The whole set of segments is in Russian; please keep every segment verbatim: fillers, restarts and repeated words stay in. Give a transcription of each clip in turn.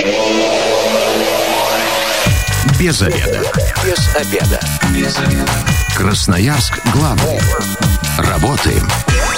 Без обеда. Без обеда. Без обеда. Красноярск главный. Работаем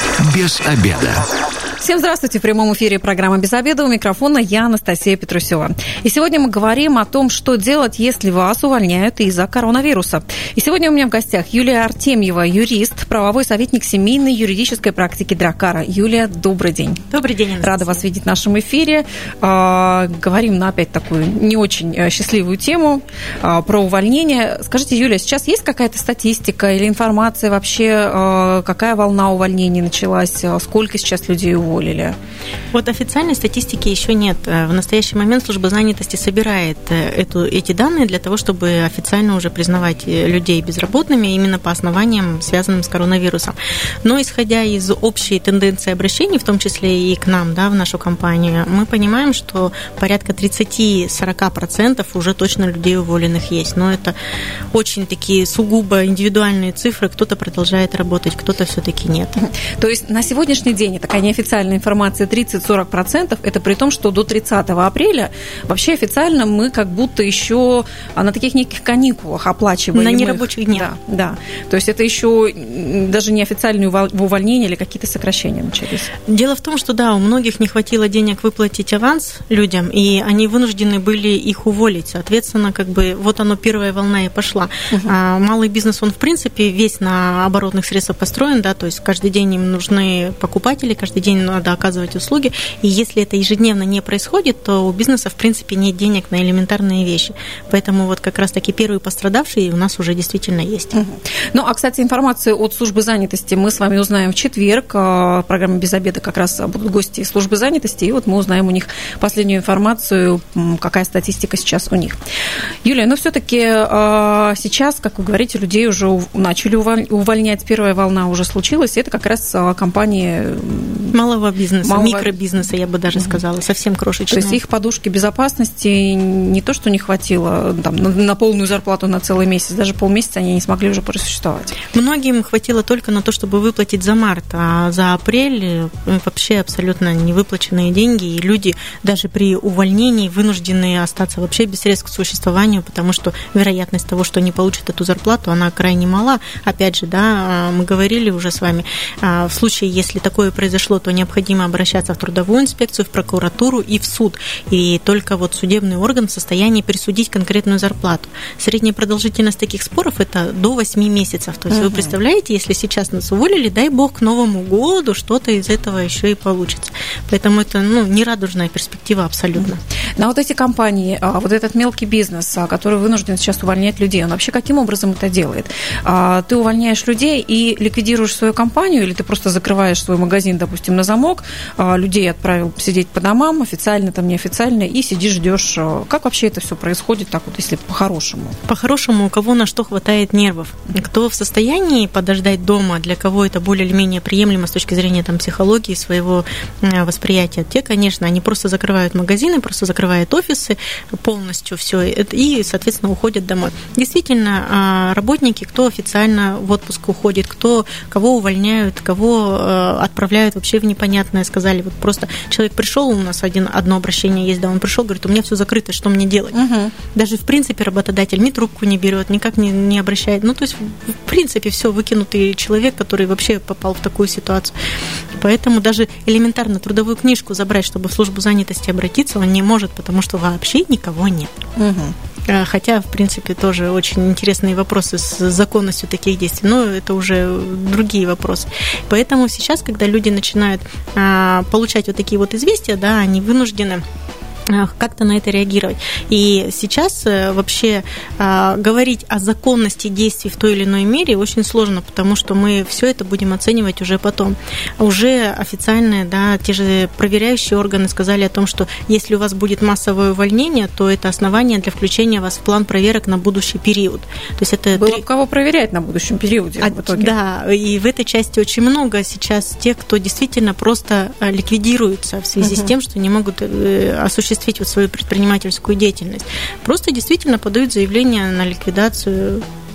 без обеда. Всем здравствуйте. В прямом эфире программа «Без обеда». У микрофона я, Анастасия Петрусева. И сегодня мы говорим о том, что делать, если вас увольняют из-за коронавируса. И сегодня у меня в гостях Юлия Артемьева, юрист, правовой советник семейной юридической практики Дракара. Юлия, добрый день. Добрый день, Анастасия. Рада вас видеть в нашем эфире. Говорим на опять такую не очень счастливую тему про увольнение. Скажите, Юлия, сейчас есть какая-то статистика или информация вообще, какая волна увольнений началась, сколько сейчас людей уволили? Уволили. Вот официальной статистики еще нет. В настоящий момент служба занятости собирает эту, эти данные для того, чтобы официально уже признавать людей безработными именно по основаниям, связанным с коронавирусом. Но исходя из общей тенденции обращений, в том числе и к нам, да, в нашу компанию, мы понимаем, что порядка тридцать-сорок процентов уже точно людей уволенных есть. Но это очень такие сугубо индивидуальные цифры. Кто-то продолжает работать, кто-то все-таки нет. То есть на сегодняшний день это, конечно, неофициальная информация тридцать-сорок процентов, это при том, что до тридцатого апреля вообще официально мы как будто еще на таких неких каникулах оплачиваем. На нерабочих днях. Да, да. То есть это еще даже неофициальные увольнения или какие-то сокращения начались. Дело в том, что да, у многих не хватило денег выплатить аванс людям, и они вынуждены были их уволить. Соответственно, как бы вот оно, первая волна и пошла. Угу. А малый бизнес, он в принципе весь на оборотных средствах построен, да, то есть каждый день им нужны покупатели, каждый день надо оказывать услуги, и если это ежедневно не происходит, то у бизнеса, в принципе, нет денег на элементарные вещи. Поэтому вот как раз-таки первые пострадавшие у нас уже действительно есть. Угу. Ну, а, кстати, информацию от службы занятости мы с вами узнаем в четверг. В программе «Без обеда» как раз будут гости из службы занятости, и вот мы узнаем у них последнюю информацию, какая статистика сейчас у них. Юлия, ну, все-таки сейчас, как вы говорите, людей уже начали увольнять, первая волна уже случилась, и это как раз компании малого бизнеса, Малого... микробизнеса, я бы даже сказала, совсем крошечные. То есть их подушки безопасности не то, что не хватило там, на, на полную зарплату на целый месяц, даже полмесяца они не смогли уже просуществовать. Многим хватило только на то, чтобы выплатить за март, а за апрель вообще абсолютно невыплаченные деньги, и люди даже при увольнении вынуждены остаться вообще без средств к существованию, потому что вероятность того, что они получат эту зарплату, она крайне мала. Опять же, да, мы говорили уже с вами, в случае, если такое произошло, то необходимо обращаться в трудовую инспекцию, в прокуратуру и в суд. И только вот судебный орган в состоянии присудить конкретную зарплату. Средняя продолжительность таких споров – это до восьми месяцев. То есть угу. Вы представляете, если сейчас нас уволили, дай бог, к Новому году что-то из этого еще и получится. Поэтому это ну, нерадужная перспектива абсолютно. На вот эти компании, вот этот мелкий бизнес, который вынужден сейчас увольнять людей, он вообще каким образом это делает? Ты увольняешь людей и ликвидируешь свою компанию, или ты просто закрываешь свой магазин, допустим, на замок, людей отправил сидеть по домам, официально, там, неофициально, и сидишь, ждешь. Как вообще это все происходит, так вот, если по-хорошему? По-хорошему, у кого на что хватает нервов. Кто в состоянии подождать дома, для кого это более или менее приемлемо с точки зрения там, психологии, своего восприятия, те, конечно, они просто закрывают магазины, просто закрывают офисы полностью все, и, соответственно, уходят домой. Действительно, работники, кто официально в отпуск уходит, кто, кого увольняют, кого отправляют вообще в непонятное, сказали, вот просто человек пришел, у нас один, одно обращение есть, да, он пришел, говорит, у меня все закрыто, что мне делать? Угу. Даже в принципе работодатель ни трубку не берет, никак не, не обращает, ну то есть в принципе все, выкинутый человек, который вообще попал в такую ситуацию. Поэтому даже элементарно трудовую книжку забрать, чтобы в службу занятости обратиться, он не может, потому что вообще никого нет. Угу. Хотя, в принципе, тоже очень интересные вопросы с законностью таких действий, но это уже другие вопросы. Поэтому сейчас, когда люди начинают а, получать вот такие вот известия, да, они вынуждены как-то на это реагировать. И сейчас вообще говорить о законности действий в той или иной мере очень сложно, потому что мы все это будем оценивать уже потом. Уже официальные, да, те же проверяющие органы сказали о том, что если у вас будет массовое увольнение, то это основание для включения вас в план проверок на будущий период. То есть это было бы кого проверять на будущем периоде а, в итоге. Да, и в этой части очень много сейчас тех, кто действительно просто ликвидируется в связи uh-huh. с тем, что не могут осуществить вот свою предпринимательскую деятельность. Просто действительно подают заявление на ликвидацию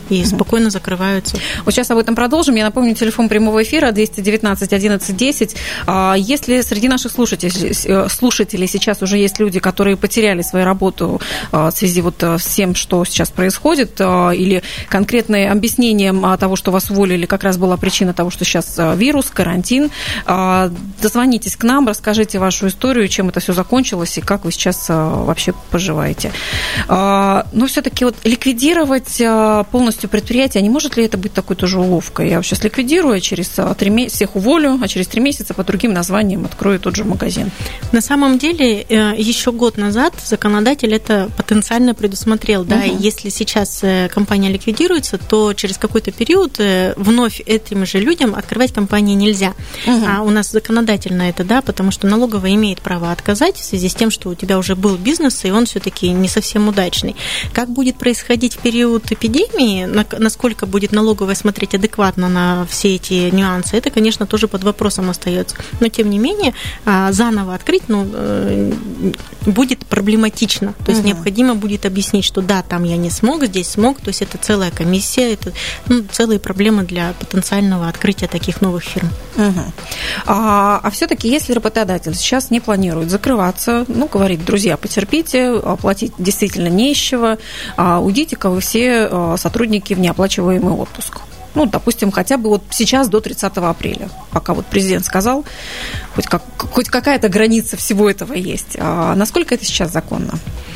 и спокойно закрываются. Вот сейчас об этом продолжим. Я напомню, телефон прямого эфира двести девятнадцать одиннадцать десять. Если среди наших слушателей, слушателей сейчас уже есть люди, которые потеряли свою работу в связи вот с тем, что сейчас происходит, или конкретное объяснение того, что вас уволили, как раз была причина того, что сейчас вирус, карантин, дозвонитесь к нам, расскажите вашу историю, чем это все закончилось и как вы сейчас вообще поживаете. Но все-таки вот ликвидировать полностью предприятие, а не может ли это быть такой тоже уловкой? Я сейчас ликвидирую, а через три месяца всех уволю, а через три месяца по другим названиям открою тот же магазин. На самом деле, еще год назад законодатель это потенциально предусмотрел. Да? Угу. И если сейчас компания ликвидируется, то через какой-то период вновь этим же людям открывать компании нельзя. Угу. А у нас законодательно это, да, потому что налоговая имеет право отказать в связи с тем, что у тебя уже был бизнес, и он все-таки не совсем удачный. Как будет происходить в период эпидемии, насколько будет налоговая смотреть адекватно на все эти нюансы, это, конечно, тоже под вопросом остается. Но, тем не менее, заново открыть ну, будет проблематично. То есть угу. необходимо будет объяснить, что да, там я не смог, здесь смог. То есть это целая комиссия, это ну, целые проблемы для потенциального открытия таких новых фирм. Угу. А, а все-таки, если работодатель сейчас не планирует закрываться, ну, говорит, друзья, потерпите, платить действительно не из чего, уйдите-ка вы все сотрудники в неоплачиваемый отпуск. Ну, допустим, хотя бы вот сейчас до тридцатого апреля, пока вот президент сказал, хоть, как, хоть какая-то граница всего этого есть. А насколько это сейчас законно?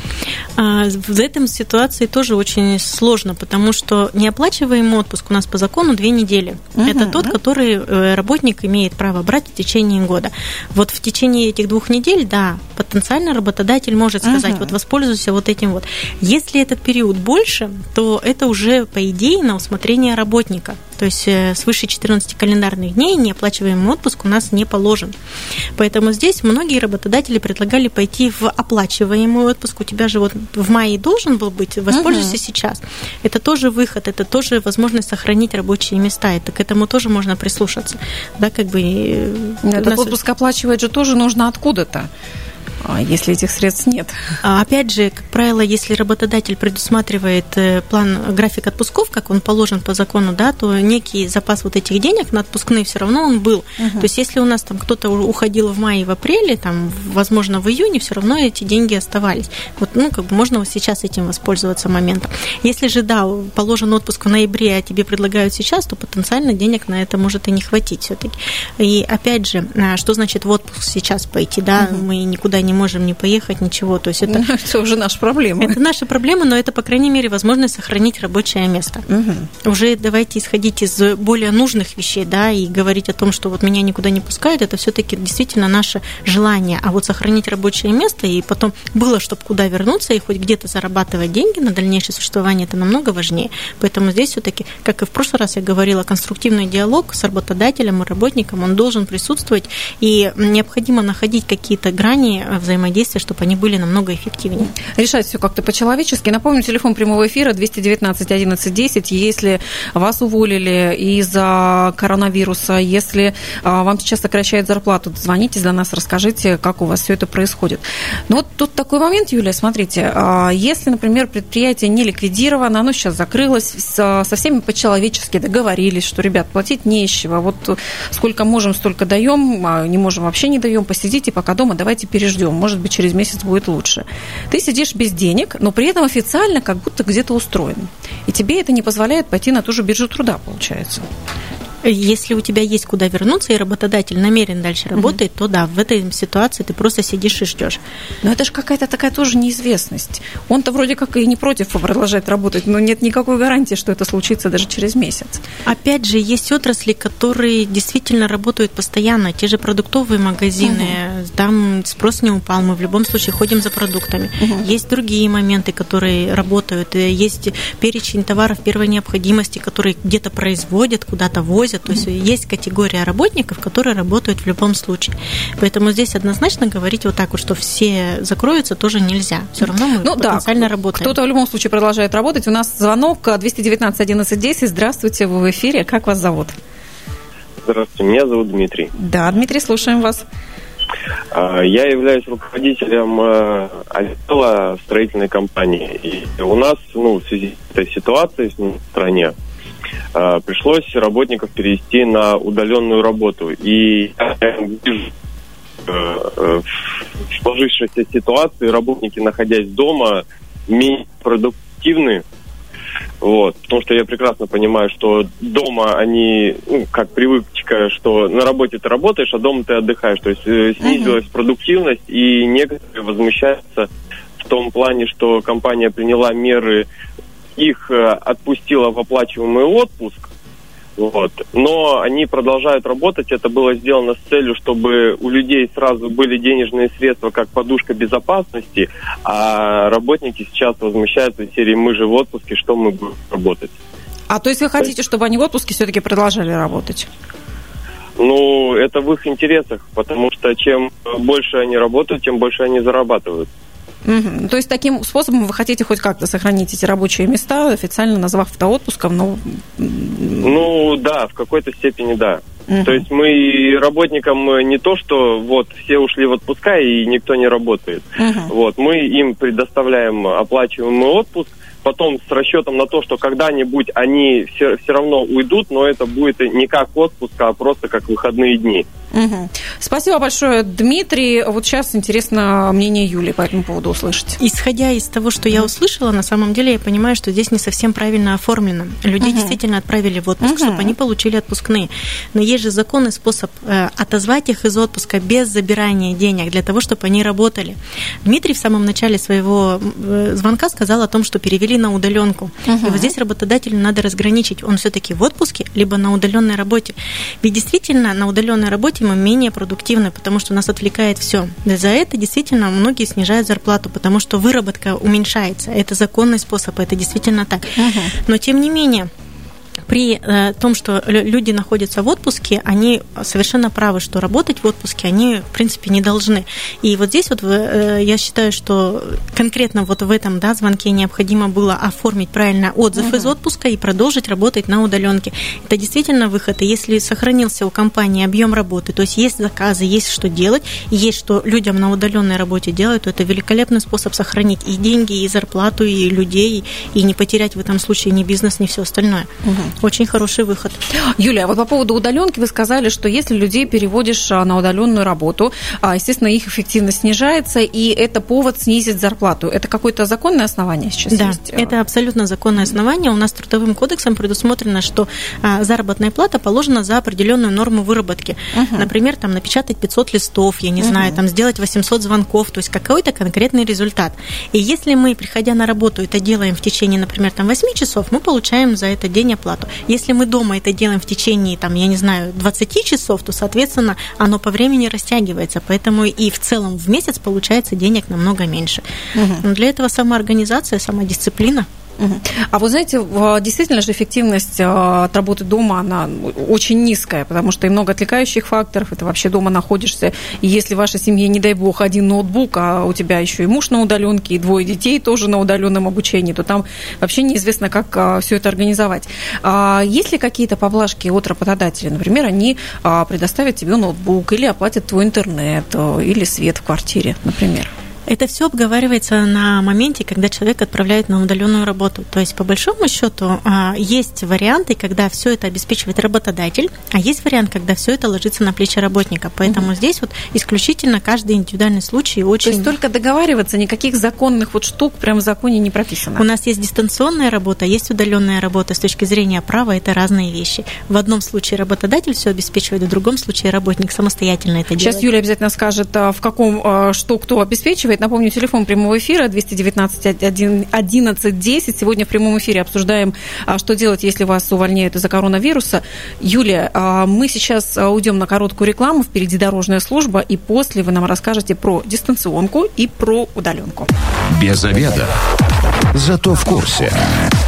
В этом ситуации тоже очень сложно, потому что неоплачиваемый отпуск у нас по закону две недели. Uh-huh. Это тот, который работник имеет право брать в течение года. Вот в течение этих двух недель, да, потенциально работодатель может сказать, uh-huh. вот воспользуйся вот этим вот. Если этот период больше, то это уже, по идее, на усмотрение работника. То есть свыше четырнадцати календарных дней неоплачиваемый отпуск у нас не положен. Поэтому здесь многие работодатели предлагали пойти в оплачиваемый отпуск. У тебя же вот в мае должен был быть, воспользуйся угу. сейчас. Это тоже выход, это тоже возможность сохранить рабочие места. Это к этому тоже можно прислушаться. Да, как бы... Этот нас... отпуск оплачивать же тоже нужно откуда-то, если этих средств нет. Опять же, как правило, если работодатель предусматривает план, график отпусков, как он положен по закону, да, то некий запас вот этих денег на отпускные все равно он был. Угу. То есть если у нас там кто-то уходил в мае, в апреле, там, возможно, в июне, все равно эти деньги оставались. Вот, ну, как бы можно вот сейчас этим воспользоваться моментом. Если же, да, положен отпуск в ноябре, а тебе предлагают сейчас, то потенциально денег на это может и не хватить все-таки. И опять же, что значит в отпуск сейчас пойти, да, угу. мы никуда не не можем не поехать, ничего. То есть это, это уже наша проблема. Это наша проблема, но это, по крайней мере, возможность сохранить рабочее место. Угу. Уже давайте исходить из более нужных вещей, да, и говорить о том, что вот меня никуда не пускают, это все-таки действительно наше желание. А вот сохранить рабочее место и потом было, чтобы куда вернуться и хоть где-то зарабатывать деньги на дальнейшее существование, это намного важнее. Поэтому здесь все-таки, как и в прошлый раз я говорила, конструктивный диалог с работодателем и работником, он должен присутствовать, и необходимо находить какие-то грани взаимодействия, чтобы они были намного эффективнее. Решать все как-то по-человечески. Напомню, телефон прямого эфира двести девятнадцать одиннадцать десять. Если вас уволили из-за коронавируса, если вам сейчас сокращают зарплату, звоните до нас, расскажите, как у вас все это происходит. Но вот тут такой момент, Юлия, смотрите, если, например, предприятие не ликвидировано, оно сейчас закрылось, со всеми по-человечески договорились, что, ребят, платить не из чего, вот сколько можем, столько даем, а не можем, вообще не даем, посидите пока дома, давайте переждем, может быть, через месяц будет лучше. Ты сидишь без денег, но при этом официально как будто где-то устроен. И тебе это не позволяет пойти на ту же биржу труда, получается. Если у тебя есть куда вернуться, и работодатель намерен дальше работать, mm-hmm. то да, в этой ситуации ты просто сидишь и ждешь. Но это же какая-то такая тоже неизвестность. Он-то вроде как и не против продолжать работать, но нет никакой гарантии, что это случится даже через месяц. Опять же, есть отрасли, которые действительно работают постоянно. Те же продуктовые магазины, mm-hmm. там спрос не упал, мы в любом случае ходим за продуктами. Mm-hmm. Есть другие моменты, которые работают. Есть перечень товаров первой необходимости, которые где-то производят, куда-то возят. То есть есть категория работников, которые работают в любом случае. Поэтому здесь однозначно говорить вот так вот, что все закроются, тоже нельзя. Все равно мы ну, потенциально да, работаем. Кто-то в любом случае продолжает работать. У нас звонок двести девятнадцать одиннадцать десять. Здравствуйте, вы в эфире. Как вас зовут? Здравствуйте, меня зовут Дмитрий. Да, Дмитрий, слушаем вас. Я являюсь руководителем отдела строительной компании. И у нас, ну, в связи с этой ситуацией в стране, пришлось работников перевести на удаленную работу. И я вижу, в сложившейся ситуации работники, находясь дома, менее продуктивны. Вот, потому что я прекрасно понимаю, что дома они, ну, как привычка, что на работе ты работаешь, а дома ты отдыхаешь. То есть э, снизилась uh-huh. продуктивность, и некоторые возмущаются в том плане, что компания приняла меры, их э, отпустила в оплачиваемый отпуск. Вот. Но они продолжают работать. Это было сделано с целью, чтобы у людей сразу были денежные средства как подушка безопасности, а работники сейчас возмущаются в серии «Мы же в отпуске, что мы будем работать?». А то есть вы хотите, чтобы они в отпуске все-таки продолжали работать? Ну, это в их интересах, потому что чем больше они работают, тем больше они зарабатывают. Угу. То есть таким способом вы хотите хоть как-то сохранить эти рабочие места, официально назвав это отпуском, но... Ну, да, в какой-то степени да. Угу. То есть мы работникам не то, что вот все ушли в отпуска и никто не работает. Угу. Вот, мы им предоставляем оплачиваемый отпуск, потом с расчетом на то, что когда-нибудь они все, все равно уйдут, но это будет не как отпуск, а просто как выходные дни. Угу. Спасибо большое, Дмитрий. Вот сейчас интересно мнение Юлии по этому поводу услышать. Исходя из того, что я услышала, на самом деле я понимаю, что здесь не совсем правильно оформлено. Людей угу. действительно отправили в отпуск, угу. чтобы они получили отпускные. Но есть же законный способ э, отозвать их из отпуска без забирания денег, для того, чтобы они работали. Дмитрий в самом начале своего э, звонка сказал о том, что перевели на удаленку. Угу. И вот здесь работодателю надо разграничить, он все-таки в отпуске, либо на удаленной работе. Ведь действительно на удаленной работе мы менее продуктивны, потому что нас отвлекает все. За это действительно многие снижают зарплату, потому что выработка уменьшается. Это законный способ, это действительно так. Угу. Но тем не менее, при э, том, что люди находятся в отпуске, они совершенно правы, что работать в отпуске они, в принципе, не должны. И вот здесь вот э, я считаю, что конкретно вот в этом, да, звонке необходимо было оформить правильно отзыв uh-huh. из отпуска и продолжить работать на удаленке. Это действительно выход. И если сохранился у компании объем работы, то есть есть заказы, есть что делать, есть что людям на удаленной работе делать, то это великолепный способ сохранить и деньги, и зарплату, и людей, и не потерять в этом случае ни бизнес, ни все остальное. Uh-huh. Очень хороший выход. Юлия, вот по поводу удаленки вы сказали, что если людей переводишь на удаленную работу, естественно, их эффективность снижается, и это повод снизить зарплату. Это какое-то законное основание сейчас да, есть? Да, это абсолютно законное основание. У нас Трудовым кодексом предусмотрено, что заработная плата положена за определенную норму выработки. Uh-huh. Например, там, напечатать пятьсот листов, я не uh-huh. знаю, там, сделать восемьсот звонков, то есть какой-то конкретный результат. И если мы, приходя на работу, это делаем в течение, например, там, восемь часов, мы получаем за это день оплату. Если мы дома это делаем в течение, там, я не знаю, двадцать часов, то, соответственно, оно по времени растягивается, поэтому и в целом в месяц получается денег намного меньше. Угу. Но для этого самоорганизация, самодисциплина. А вы знаете, действительно же эффективность от работы дома, она очень низкая, потому что и много отвлекающих факторов, это вообще дома находишься, и если в вашей семье, не дай бог, один ноутбук, а у тебя еще и муж на удаленке, и двое детей тоже на удаленном обучении, то там вообще неизвестно, как все это организовать. Есть ли какие-то поблажки от работодателя? Например, они предоставят тебе ноутбук или оплатят твой интернет, или свет в квартире, например? Это все обговаривается на моменте, когда человек отправляет на удаленную работу. То есть, по большому счету, есть варианты, когда все это обеспечивает работодатель, а есть вариант, когда все это ложится на плечи работника. Поэтому угу. здесь вот исключительно каждый индивидуальный случай очень... То есть только договариваться, никаких законных вот штук прямо в законе не прописано? У нас есть дистанционная работа, есть удаленная работа. С точки зрения права это разные вещи. В одном случае работодатель все обеспечивает, в другом случае работник самостоятельно это делает. Сейчас Юля обязательно скажет, в каком, что кто обеспечивает. Напомню, телефон прямого эфира двести девятнадцать одиннадцать десять. Сегодня в прямом эфире обсуждаем, что делать, если вас увольняют из-за коронавируса. Юлия, мы сейчас уйдем на короткую рекламу, впереди дорожная служба, и после вы нам расскажете про дистанционку и про удаленку. Без обеда, зато в курсе.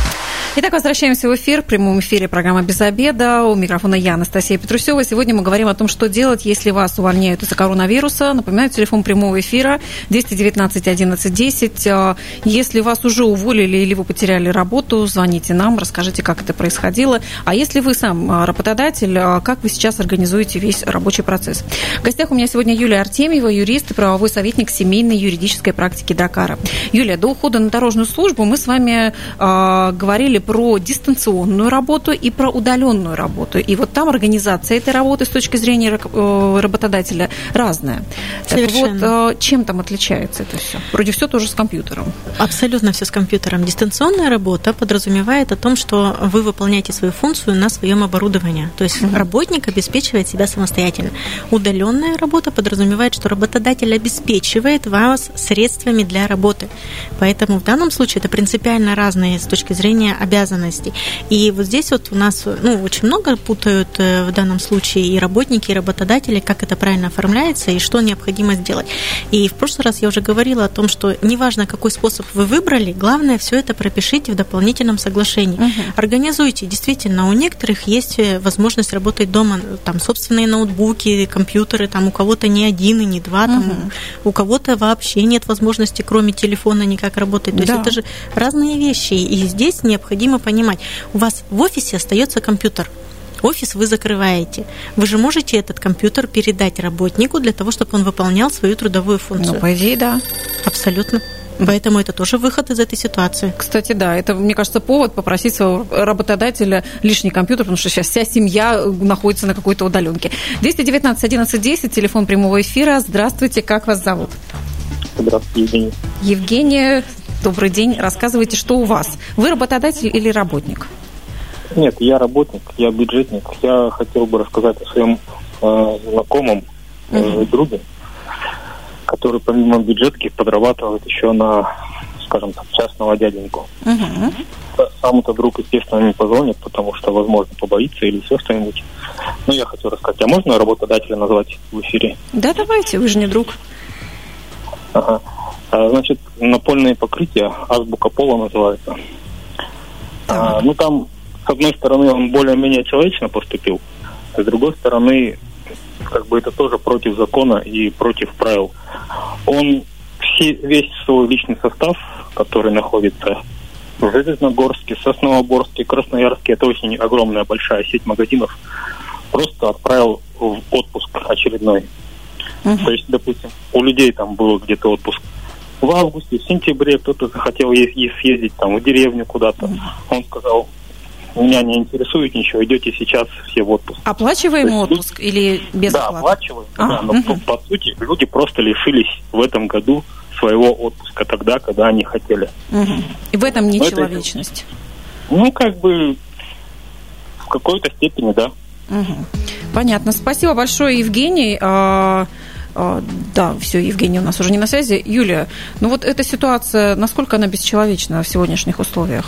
Итак, возвращаемся в эфир. В прямом эфире программа «Без обеда». У микрофона я, Анастасия Петрусева. Сегодня мы говорим о том, что делать, если вас увольняют из-за коронавируса. Напоминаю, телефон прямого эфира двести девятнадцать одиннадцать десять. Если вас уже уволили или вы потеряли работу, звоните нам, расскажите, как это происходило. А если вы сам работодатель, как вы сейчас организуете весь рабочий процесс? В гостях у меня сегодня Юлия Артемьева, юрист и правовой советник семейной юридической практики Дракара. Юлия, до ухода на дорожную службу мы с вами э, говорили про дистанционную работу и про удаленную работу. И вот там организация этой работы с точки зрения работодателя разная. Совершенно. Так вот, чем там отличается это все? Вроде все тоже с компьютером. Абсолютно все с компьютером. Дистанционная работа подразумевает о том, что вы выполняете свою функцию на своем оборудовании. То есть угу. работник обеспечивает себя самостоятельно. Удаленная работа подразумевает, что работодатель обеспечивает вас средствами для работы. Поэтому в данном случае это принципиально разные с точки зрения обязанностей. И вот здесь вот у нас ну, очень много путают в данном случае и работники, и работодатели, как это правильно оформляется и что необходимо сделать. И в прошлый раз я уже говорила о том, что неважно, какой способ вы выбрали, главное все это пропишите в дополнительном соглашении. Угу. Организуйте. Действительно, у некоторых есть возможность работать дома, там собственные ноутбуки, компьютеры, там у кого-то не один и не два, там, угу. у кого-то вообще нет возможности, кроме телефона, никак работать. То да. есть это же разные вещи. И здесь необходимо понимать, у вас в офисе остается компьютер. Офис вы закрываете. Вы же можете этот компьютер передать работнику для того, чтобы он выполнял свою трудовую функцию. Ну, по идее, да. Абсолютно. Поэтому это тоже выход из этой ситуации. Кстати, да, это, мне кажется, повод попросить своего работодателя лишний компьютер, потому что сейчас вся семья находится на какой-то удаленке. двести девятнадцать одиннадцать десять, телефон прямого эфира. Здравствуйте, как вас зовут? Здравствуйте, Евгений. Евгения, добрый день. Рассказывайте, что у вас. Вы работодатель или работник? Нет, я работник, я бюджетник. Я хотел бы рассказать о своем э, знакомом э, uh-huh. друге, который помимо бюджетки подрабатывает еще на, скажем так, частного дяденьку. Uh-huh. Сам-то друг, естественно, не позвонит, потому что, возможно, побоится или еще что-нибудь. Но я хочу рассказать. А можно работодателя назвать в эфире? Да, давайте, вы же не друг. Ага. Значит, напольные покрытия, азбука пола называется. А, ну, там, с одной стороны, он более-менее человечно поступил, а с другой стороны, как бы это тоже против закона и против правил. Он все, весь свой личный состав, который находится в Железногорске, Сосновоборске, Красноярске, это очень огромная большая сеть магазинов, просто отправил в отпуск очередной. Uh-huh. То есть, допустим, у людей там был где-то отпуск в августе, в сентябре, кто-то захотел съездить там в деревню куда-то. Uh-huh. Он сказал, меня не интересует ничего, идете сейчас все в отпуск. Оплачиваемый отпуск люди... или без да, оплаты? Оплачиваемый, а, да, но uh-huh. по, по сути люди просто лишились в этом году своего отпуска тогда, когда они хотели. Uh-huh. И в этом нечеловечность? Это, ну, как бы в какой-то степени, да. Uh-huh. Понятно. Спасибо большое, Евгений. А, а, да, все, Евгений у нас уже не на связи. Юлия, ну вот эта ситуация, насколько она бесчеловечна в сегодняшних условиях?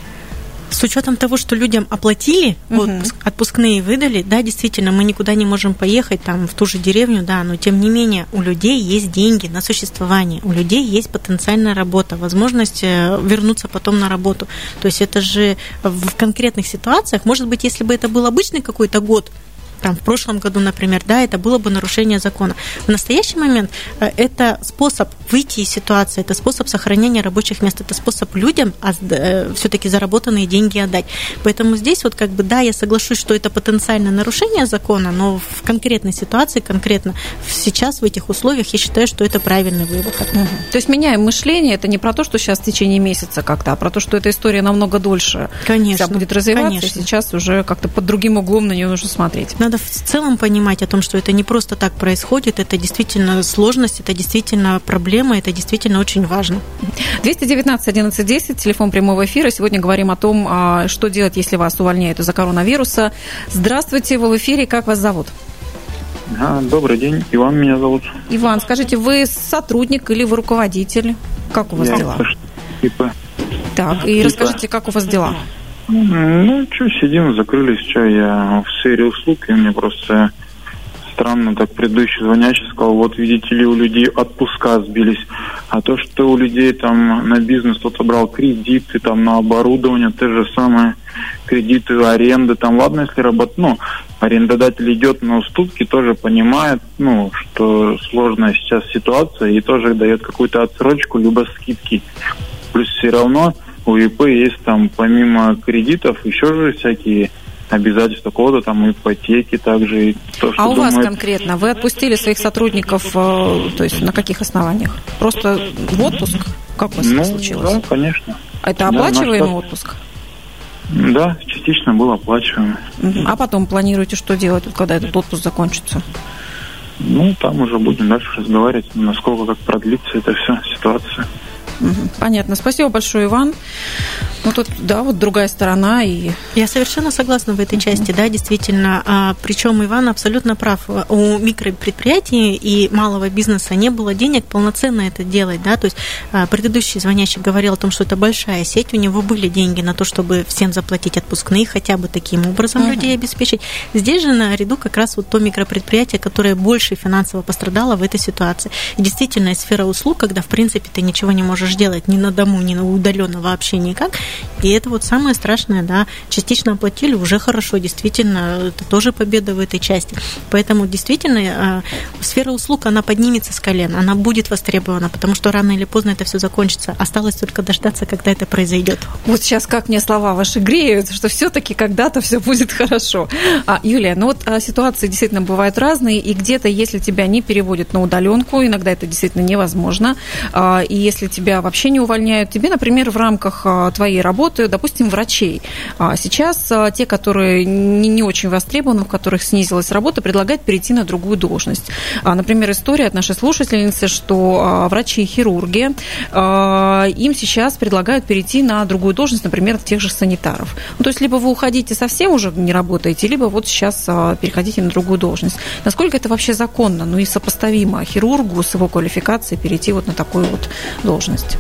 С учетом того, что людям оплатили, uh-huh. отпуск, отпускные выдали, да, действительно, мы никуда не можем поехать там в ту же деревню, да, но тем не менее у людей есть деньги на существование, у людей есть потенциальная работа, возможность вернуться потом на работу. То есть это же в конкретных ситуациях, может быть, если бы это был обычный какой-то год, там, в прошлом году, например, да, это было бы нарушение закона. В настоящий момент это способ выйти из ситуации, это способ сохранения рабочих мест, это способ людям все-таки заработанные деньги отдать. Поэтому здесь вот как бы, да, я соглашусь, что это потенциальное нарушение закона, но в конкретной ситуации, конкретно сейчас в этих условиях, я считаю, что это правильный выход. Угу. То есть меняем мышление, это не про то, что сейчас в течение месяца как-то, а про то, что эта история намного дольше конечно, вся будет развиваться, конечно. И сейчас уже как-то под другим углом на нее нужно смотреть. Надо в целом понимать о том, что это не просто так происходит, это действительно сложность, это действительно проблема, это действительно очень важно. двести девятнадцать одиннадцать десять, телефон прямого эфира. Сегодня говорим о том, что делать, если вас увольняют из-за коронавируса. Здравствуйте, вы в эфире, как вас зовут? Добрый день, Иван меня зовут. Иван, скажите, вы сотрудник или вы руководитель? Как у вас Я дела? Типа. Так, и типа. Расскажите, как у вас дела? Ну, что, сидим, закрылись, что, я в сфере услуг, и мне просто странно, так предыдущий звонящий сказал, вот видите ли, у людей отпуска сбились, а то, что у людей там на бизнес кто-то брал кредиты, там на оборудование, те же самые кредиты, аренды, там ладно, если работа, ну, арендодатель идет на уступки, тоже понимает, ну, что сложная сейчас ситуация и тоже дает какую-то отсрочку, либо скидки. Плюс все равно у ИП есть там помимо кредитов еще же всякие обязательства кого-то, там ипотеки также. И то, что а у думает... вас конкретно, вы отпустили своих сотрудников, то есть на каких основаниях? Просто в отпуск? Как у вас ну, это случилось? Да, конечно. Это оплачиваемый да, отпуск? Да, частично был оплачиваемый. А потом планируете что делать, когда этот отпуск закончится? Ну, там уже будем дальше разговаривать, насколько как продлится эта вся ситуация. Понятно. Спасибо большое, Иван. Ну, тут, да, вот другая сторона. И... Я совершенно согласна в этой части, да, действительно. А, причем Иван абсолютно прав. У микропредприятий и малого бизнеса не было денег полноценно это делать, да, то есть а, предыдущий звонящий говорил о том, что это большая сеть, у него были деньги на то, чтобы всем заплатить отпускные, хотя бы таким образом uh-huh. людей обеспечить. Здесь же наряду как раз вот то микропредприятие, которое больше финансово пострадало в этой ситуации. И действительно, сфера услуг, когда, в принципе, ты ничего не можешь делать ни на дому, ни на удаленно вообще никак. И это вот самое страшное, да, частично оплатили, уже хорошо, действительно, это тоже победа в этой части. Поэтому действительно сфера услуг, она поднимется с колен, она будет востребована, потому что рано или поздно это все закончится. Осталось только дождаться, когда это произойдет. Вот сейчас как мне слова ваши греют, что все-таки когда-то все будет хорошо. А, Юлия, ну вот а, ситуации действительно бывают разные, и где-то, если тебя не переводят на удаленку, иногда это действительно невозможно, а, и если тебя вообще не увольняют, тебе, например, в рамках а, твоей работы, допустим, врачей. А, сейчас а, те, которые не, не очень востребованы, у которых снизилась работа, предлагают перейти на другую должность. А, например, история от нашей слушательницы, что а, врачи и хирурги, а, им сейчас предлагают перейти на другую должность, например, тех же санитаров. Ну, то есть, либо вы уходите совсем уже не работаете, либо вот сейчас а, переходите на другую должность. Насколько это вообще законно, ну и сопоставимо хирургу с его квалификацией перейти вот на такую вот должность?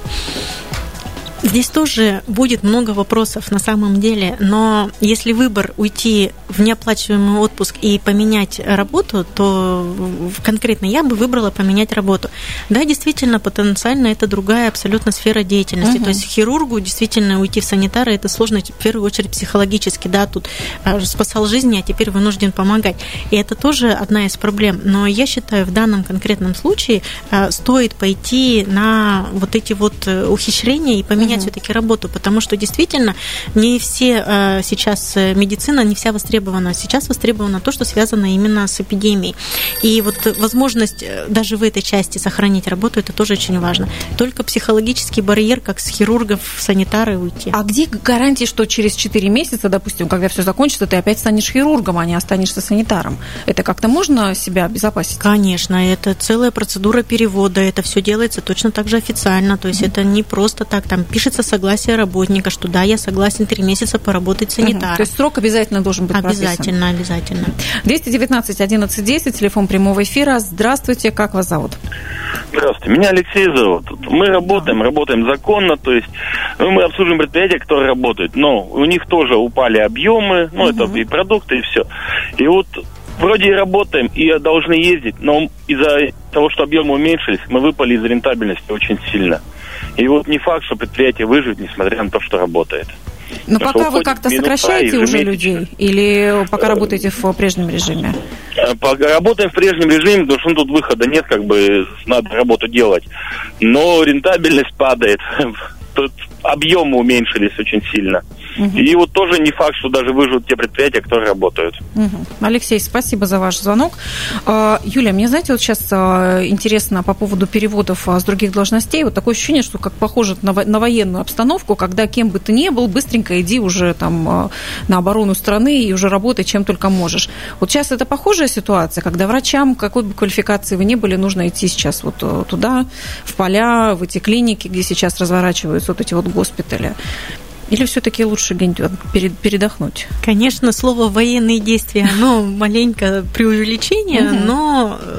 Здесь тоже будет много вопросов на самом деле, но если выбор уйти в неоплачиваемый отпуск и поменять работу, то конкретно я бы выбрала поменять работу. Да, действительно, потенциально это другая абсолютно сфера деятельности. Uh-huh. То есть хирургу действительно уйти в санитары это сложно, в первую очередь психологически, да, тут спасал жизни, а теперь вынужден помогать. И это тоже одна из проблем. Но я считаю, в данном конкретном случае стоит пойти на вот эти вот ухищрения и поменять Uh-huh. все-таки работу, потому что действительно не все э, сейчас медицина, не вся востребована. Сейчас востребовано то, что связано именно с эпидемией. И вот возможность даже в этой части сохранить работу, это тоже очень важно. Только психологический барьер, как с хирургов в санитары уйти. А где гарантии, что через четыре месяца, допустим, когда все закончится, ты опять станешь хирургом, а не останешься санитаром? Это как-то можно себя обезопасить? Конечно, это целая процедура перевода, это все делается точно так же официально, то есть mm-hmm. это не просто так, там пишется согласие работника, что да, я согласен три месяца поработать санитаром. Угу. То есть срок обязательно должен быть прописан? Обязательно, обязательно. двести девятнадцать одиннадцать десять, телефон прямого эфира. Здравствуйте, как вас зовут? Здравствуйте, меня Алексей зовут. Мы работаем, работаем законно, то есть мы обслуживаем предприятия, которые работают, но у них тоже упали объемы, ну угу. это и продукты, и все. И вот вроде и работаем, и должны ездить, но из-за того, что объемы уменьшились, мы выпали из рентабельности очень сильно. И вот не факт, что предприятие выживет, несмотря на то, что работает. Но Потому пока вы как-то сокращаете уже людей? Или пока работаете в прежнем режиме? Пока работаем в прежнем режиме, потому что ну, тут выхода нет, как бы надо работу делать. Но рентабельность падает. Тут объемы уменьшились очень сильно. Угу. И вот тоже не факт, что даже выживут те предприятия, которые работают. Угу. Алексей, спасибо за ваш звонок. Юлия, мне, знаете, вот сейчас интересно по поводу переводов с других должностей. Вот такое ощущение, что как похоже на военную обстановку, когда кем бы ты ни был, быстренько иди уже там на оборону страны и уже работай чем только можешь. Вот сейчас это похожая ситуация, когда врачам, какой бы квалификации вы ни были, нужно идти сейчас вот туда, в поля, в эти клиники, где сейчас разворачиваются вот эти вот госпитали. Или все-таки лучше передохнуть? Конечно, слово «военные действия», оно маленько преувеличение, но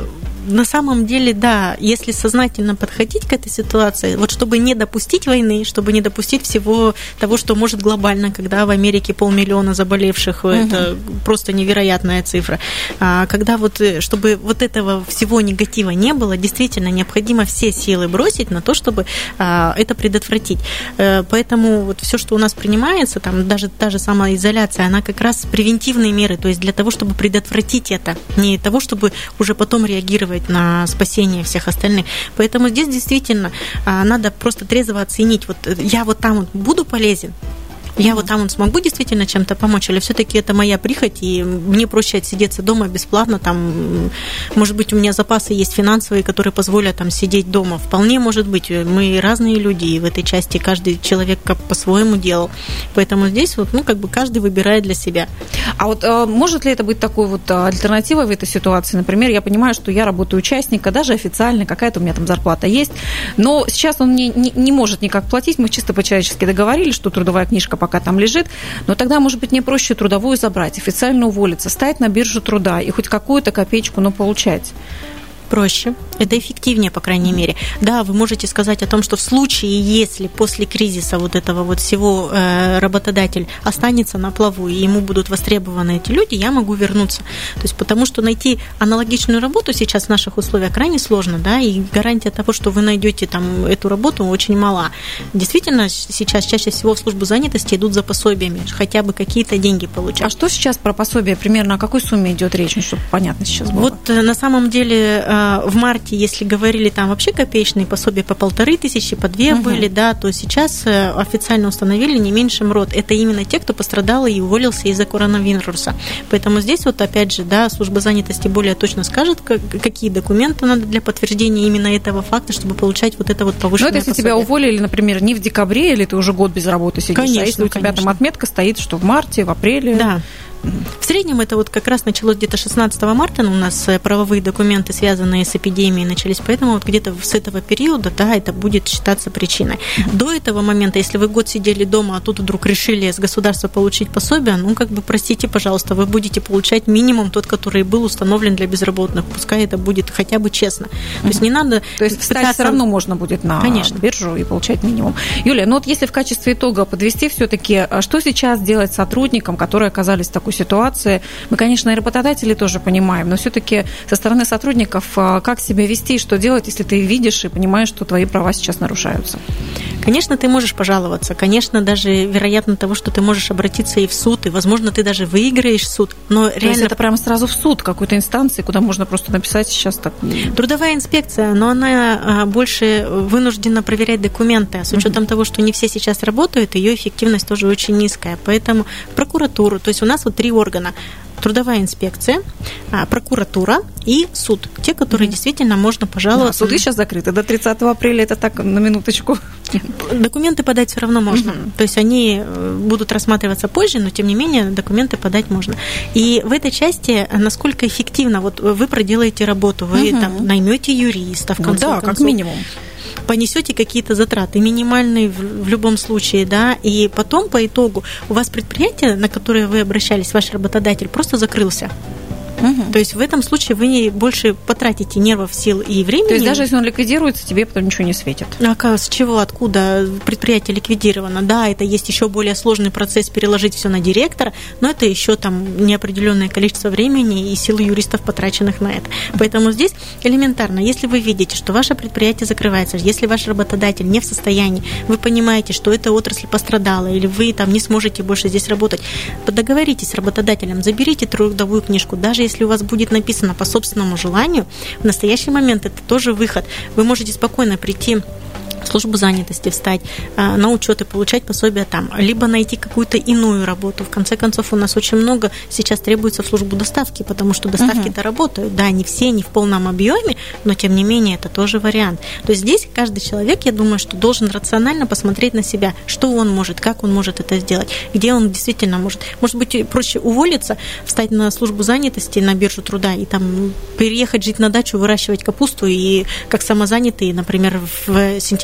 на самом деле, да, если сознательно подходить к этой ситуации, вот чтобы не допустить войны, чтобы не допустить всего того, что может глобально, когда в Америке полмиллиона заболевших, угу. это просто невероятная цифра. А когда вот, чтобы вот этого всего негатива не было, действительно необходимо все силы бросить на то, чтобы а, это предотвратить. Поэтому вот все, что у нас принимается, там даже та же самая изоляция, она как раз превентивные меры, то есть для того, чтобы предотвратить это, не того, чтобы уже потом реагировать на спасение всех остальных. Поэтому здесь действительно надо просто трезво оценить, вот я вот там вот буду полезен, я вот там вот смогу действительно чем-то помочь, или все-таки это моя прихоть, и мне проще отсидеться дома бесплатно, там, может быть, у меня запасы есть финансовые, которые позволят там сидеть дома. Вполне может быть, мы разные люди, и в этой части каждый человек как по-своему делал. Поэтому здесь вот, ну, как бы каждый выбирает для себя. А вот а, может ли это быть такой вот альтернативой в этой ситуации? Например, я понимаю, что я работаю участника, даже официально, какая-то у меня там зарплата есть, но сейчас он мне не, не может никак платить, мы чисто по-человечески договорились, что трудовая книжка пока там лежит, но тогда, может быть, мне проще трудовую забрать, официально уволиться, стать на биржу труда и хоть какую-то копеечку, но получать. Проще. Это эффективнее, по крайней мере. Да, вы можете сказать о том, что в случае, если после кризиса вот этого вот всего э, работодатель останется на плаву, и ему будут востребованы эти люди, я могу вернуться. То есть потому что найти аналогичную работу сейчас в наших условиях крайне сложно, да, и гарантия того, что вы найдете там эту работу, очень мала. Действительно, сейчас чаще всего в службу занятости идут за пособиями, хотя бы какие-то деньги получать. А что сейчас про пособие? Примерно о какой сумме идет речь, чтобы понятно сейчас было? Вот на самом деле в марте, если говорили там вообще копеечные пособия по полторы тысячи, по две угу. были, да, то сейчас официально установили не меньше МРОД. Это именно те, кто пострадал и уволился из-за коронавируса. Поэтому здесь вот опять же, да, служба занятости более точно скажет, какие документы надо для подтверждения именно этого факта, чтобы получать вот это вот повышенное пособие. Ну, это если тебя уволили, например, не в декабре, или ты уже год без работы сидишь, конечно, а если у тебя конечно. там отметка стоит, что в марте, в апреле... Да. В среднем это вот как раз началось где-то шестнадцатого марта, у нас правовые документы, связанные с эпидемией, начались, поэтому вот где-то с этого периода, да, это будет считаться причиной. До этого момента, если вы год сидели дома, а тут вдруг решили с государства получить пособие, ну, как бы, простите, пожалуйста, вы будете получать минимум тот, который был установлен для безработных, пускай это будет хотя бы честно. То есть не надо... То есть встать пытаться... все равно можно будет на Конечно. биржу и получать минимум. Юлия, ну вот если в качестве итога подвести все-таки, что сейчас делать сотрудникам, которые оказались в такой ситуации? Мы, конечно, и работодатели тоже понимаем, но все-таки со стороны сотрудников как себя вести и что делать, если ты видишь и понимаешь, что твои права сейчас нарушаются? Конечно, ты можешь пожаловаться. Конечно, даже вероятно того, что ты можешь обратиться и в суд, и, возможно, ты даже выиграешь суд. Но То реально... есть это прямо сразу в суд какой-то инстанции, куда можно просто написать сейчас так... Трудовая инспекция, но она больше вынуждена проверять документы. А с учетом uh-huh. того, что не все сейчас работают, ее эффективность тоже очень низкая. Поэтому прокуратуру, то есть у нас вот три органа. Трудовая инспекция, прокуратура и суд. Те, которые mm-hmm. действительно можно пожаловаться. Да, суды сейчас закрыты до тридцатого апреля, это так, на минуточку. Документы подать все равно можно. Mm-hmm. То есть они будут рассматриваться позже, но тем не менее документы подать можно. И в этой части, насколько эффективно, вот вы проделаете работу, вы mm-hmm. там наймете юриста, в конце ну, да, концов. как минимум. Понесете какие-то затраты, минимальные в, в любом случае, да, и потом по итогу у вас предприятие, на которое вы обращались, ваш работодатель, просто закрылся. Угу. То есть в этом случае вы больше потратите нервов, сил и времени. То есть даже если он ликвидируется, тебе потом ничего не светит. А с чего, откуда предприятие ликвидировано? Да, это есть еще более сложный процесс переложить все на директора, но это еще там неопределенное количество времени и сил юристов, потраченных на это. Поэтому здесь элементарно, если вы видите, что ваше предприятие закрывается, если ваш работодатель не в состоянии, вы понимаете, что эта отрасль пострадала, или вы там не сможете больше здесь работать, договоритесь с работодателем, заберите трудовую книжку, даже если у вас будет написано по собственному желанию, в настоящий момент это тоже выход. Вы можете спокойно прийти в службу занятости, встать на учет и получать пособие там, либо найти какую-то иную работу. В конце концов, у нас очень много сейчас требуется в службу доставки, потому что доставки-то uh-huh. работают. Да, не все, не в полном объеме, но тем не менее это тоже вариант. То есть здесь каждый человек, я думаю, что должен рационально посмотреть на себя, что он может, как он может это сделать, где он действительно может. Может быть, проще уволиться, встать на службу занятости, на биржу труда и там переехать жить на дачу, выращивать капусту и как самозанятый, например, в сентябре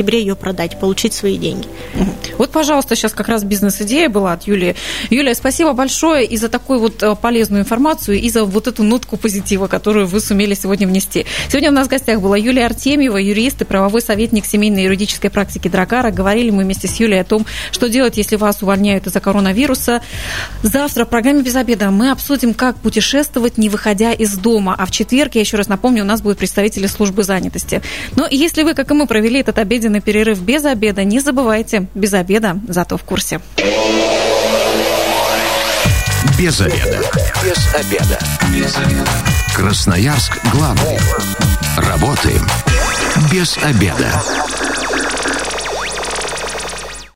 октябре ее продать, получить свои деньги. Вот, пожалуйста, сейчас как раз бизнес-идея была от Юлии. Юлия, спасибо большое и за такую вот полезную информацию, и за вот эту нотку позитива, которую вы сумели сегодня внести. Сегодня у нас в гостях была Юлия Артемьева, юрист и правовой советник семейной и юридической практики Драгара. Говорили мы вместе с Юлией о том, что делать, если вас увольняют из-за коронавируса. Завтра в программе «Без обеда» мы обсудим, как путешествовать, не выходя из дома. А в четверг, я еще раз напомню, у нас будут представители службы занятости. Но если вы, как и мы, провели этот обеденный перерыв без обеда, не забывайте, без обеда, зато в курсе. Без обеда. Без обеда. Без обеда. Красноярск главный. Работаем без обеда.